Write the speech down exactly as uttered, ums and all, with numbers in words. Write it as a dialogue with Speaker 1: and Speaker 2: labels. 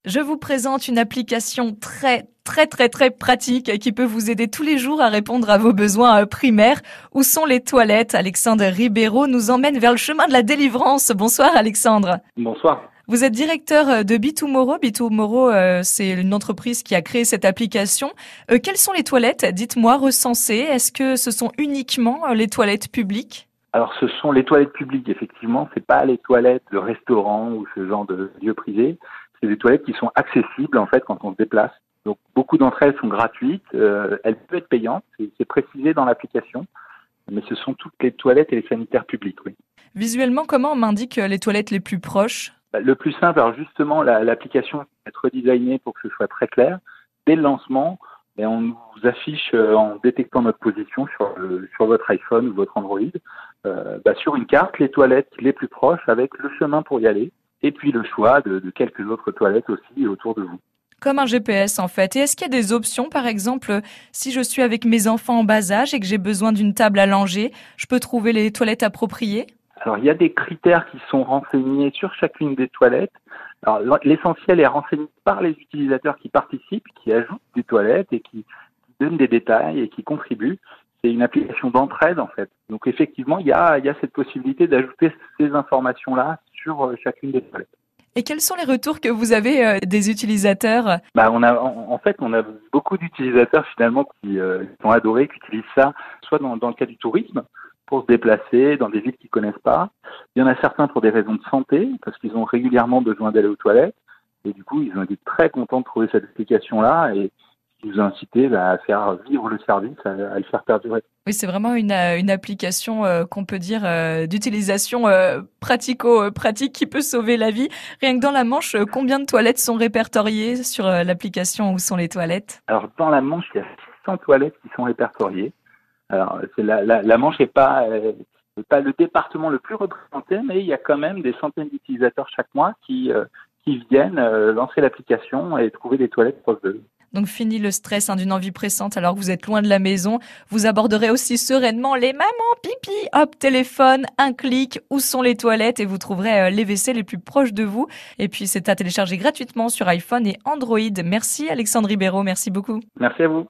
Speaker 1: Je vous présente une application très, très, très, très pratique qui peut vous aider tous les jours à répondre à vos besoins primaires. Où sont les toilettes? Alexandre Ribeiro nous emmène vers le chemin de la délivrance. Bonsoir Alexandre.
Speaker 2: Bonsoir.
Speaker 1: Vous êtes directeur de B deux Moro. B deux Moro, euh, c'est une entreprise qui a créé cette application. Euh, quelles sont les toilettes, dites-moi, recensées? Est-ce que ce sont uniquement les toilettes publiques?
Speaker 2: Alors, ce sont les toilettes publiques, effectivement. C'est pas les toilettes de restaurants ou ce genre de lieux privés. C'est des toilettes qui sont accessibles, en fait, quand on se déplace. Donc, beaucoup d'entre elles sont gratuites. Euh, elles peuvent être payantes. C'est, c'est précisé dans l'application. Mais ce sont toutes les toilettes et les sanitaires publics, oui.
Speaker 1: Visuellement, comment on m'indique les toilettes les plus proches?
Speaker 2: Le plus simple, alors justement, la, l'application va être redesignée pour que ce soit très clair. Dès le lancement, et on nous affiche euh, en détectant notre position sur, le, sur votre iPhone ou votre Android, euh, bah, sur une carte, les toilettes les plus proches avec le chemin pour y aller et puis le choix de, de quelques autres toilettes aussi autour de vous.
Speaker 1: Comme un G P S en fait. Et est-ce qu'il y a des options, par exemple, si je suis avec mes enfants en bas âge et que j'ai besoin d'une table à langer, je peux trouver les toilettes appropriées?
Speaker 2: Alors, il y a des critères qui sont renseignés sur chacune des toilettes. Alors, l'essentiel est renseigné par les utilisateurs qui participent, qui ajoutent des toilettes et qui donnent des détails et qui contribuent. C'est une application d'entraide, en fait. Donc, effectivement, il y a, il y a cette possibilité d'ajouter ces informations-là sur chacune des toilettes.
Speaker 1: Et quels sont les retours que vous avez euh, des utilisateurs?
Speaker 2: Bah, on a, en, en fait, on a beaucoup d'utilisateurs, finalement, qui euh, sont adorés, qui utilisent ça, soit dans, dans le cas du tourisme, pour se déplacer dans des villes qu'ils connaissent pas. Il y en a certains pour des raisons de santé, parce qu'ils ont régulièrement besoin d'aller aux toilettes. Et du coup, ils ont été très contents de trouver cette application-là et ils nous ont incité bah, à faire vivre le service, à, à le faire perdurer.
Speaker 1: Oui, c'est vraiment une, une application euh, qu'on peut dire euh, d'utilisation euh, pratico-pratique qui peut sauver la vie. Rien que dans la Manche, combien de toilettes sont répertoriées sur euh, l'application Où sont les toilettes?
Speaker 2: Alors, dans la Manche, il y a six cents toilettes qui sont répertoriées. Alors, c'est la, la, la Manche n'est pas, euh, pas le département le plus représenté, mais il y a quand même des centaines d'utilisateurs chaque mois qui, euh, qui viennent euh, lancer l'application et trouver des toilettes proches d'eux.
Speaker 1: Donc fini le stress hein, d'une envie pressante alors que vous êtes loin de la maison. Vous aborderez aussi sereinement les mamans pipi. Hop, téléphone, un clic, où sont les toilettes et vous trouverez euh, les W C les plus proches de vous. Et puis c'est à télécharger gratuitement sur iPhone et Android. Merci Alexandre Ribeiro, merci beaucoup.
Speaker 2: Merci à vous.